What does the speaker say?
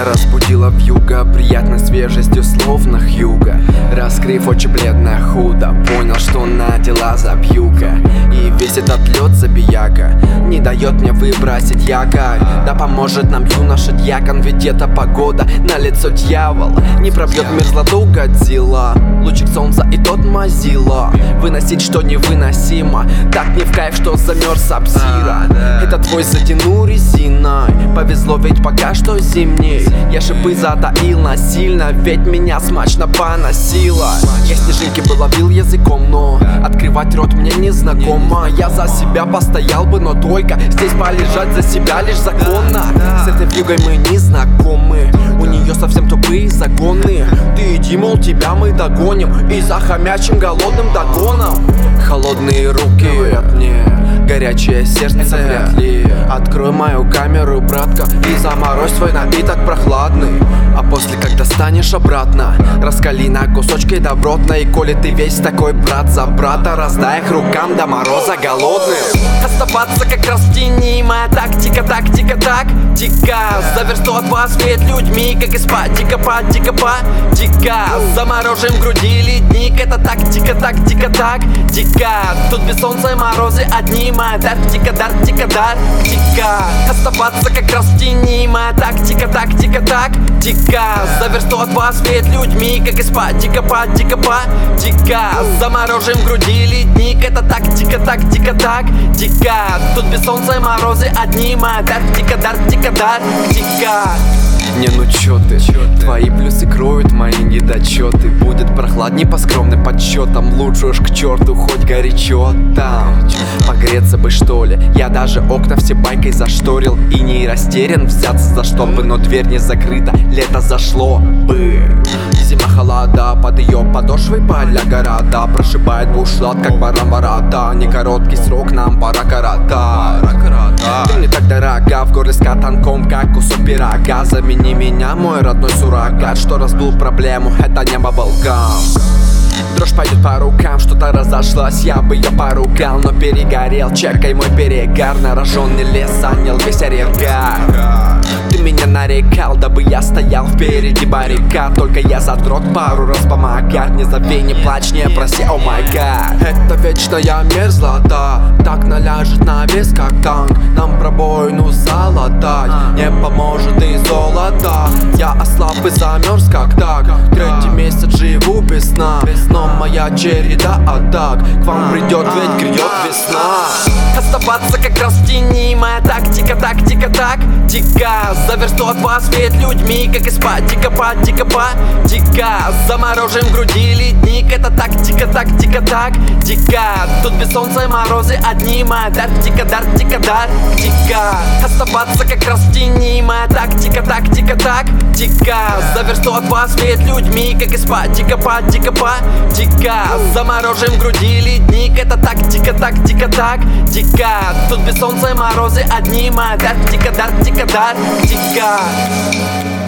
Меня разбудила вьюга приятной свежестью словно хьюга. Раскрыв очи бледно худо, понял, что на дела забьюка. И весь этот лед забияка не дает мне выбросить якорь. Да поможет нам юноша дьякон, ведь это погода на лицо дьявол. Не пробьет мерзлоту Годзилла, лучик солнца и тот мазила. Выносить что невыносимо, так не в кайф, что замерз Саб-Зиро. Это твой затянул резиной, повезло ведь пока что зимней. Я шипы затаил насильно, ведь меня смачно поносило. Я снежинки бы ловил языком, но открывать рот мне не знакомо. Я за себя постоял бы, но только здесь полежать за себя лишь законно. С этой вьюгой мы не знакомы, у нее совсем тупые загоны. Ты иди, мол, тебя мы догоним и захомячим голодным догоном. Холодные руки говорят мне, горячее сердце вряд ли. Открой мою камеру, братка, и заморозь свой напиток прохладный. А после, когда станешь обратно, раскали на кусочки добротно. И коли ты весь такой брат за брата, раздай их рукам до мороза голодным. Оставаться как раз в тени, моя тактика, тактика. За версту от вас веет людьми, как из падика, заморожим в груди ледник, это тактика. Тут без солнца и морозы одни, моя тактика. Оставаться как раз в тени, моя тактика. За версту от вас веет людьми, как из падика, заморожим в груди ледник, это тактика. Тут без солнца и морозы одни, моя тактика. Не, ну чё ты, твои плюсы кроют мои недочеты. Будет прохладней по скромным подсчетам, лучше уж к черту, хоть горячо там. Погреться бы что ли, я даже окна все байкой зашторил. И не растерян взяться за штопы, но дверь не закрыта, лето зашло бы. Зима холода, под ее подошвой поля города. Прошибает бушлат, как баран ворота. Не короткий срок, нам пора коротать. Ты не так дорога, в горле с катанком, как кусок пирога. Замени меня, мой родной суррогат, что раздул проблему, это не баблгам. Дрожь пойдет по рукам, что-то разошлось, я бы ее поругал, но перегорел, чекай мой перегар. Нароженный лес занял весь арьергард. Ты меня нарекал, дабы я стоял впереди баррикад. Только я задрот, пару раз помогать. Не зови, не плачь, не проси, о май гад. Это вечная мерзлота, так наляжет на вес, как танк. Нам пробоину залатать не поможет и золото. Я ослаб и замерз, как так. Третий месяц живу без сна, но моя череда атак к вам придет, ведь грядет весна. Оставаться как раз в тени, моя тактика. За версту от вас веет людьми, как из падика, заморожим в груди ледник, это тактика. Тут без солнца и морозы одни, моя тактика. Оставаться как раз в тени, моя тактика. За версту от вас веет людьми, как из падика, заморожим в груди ледник, это тактика. Тут без солнца и морозы одни, моя тактика.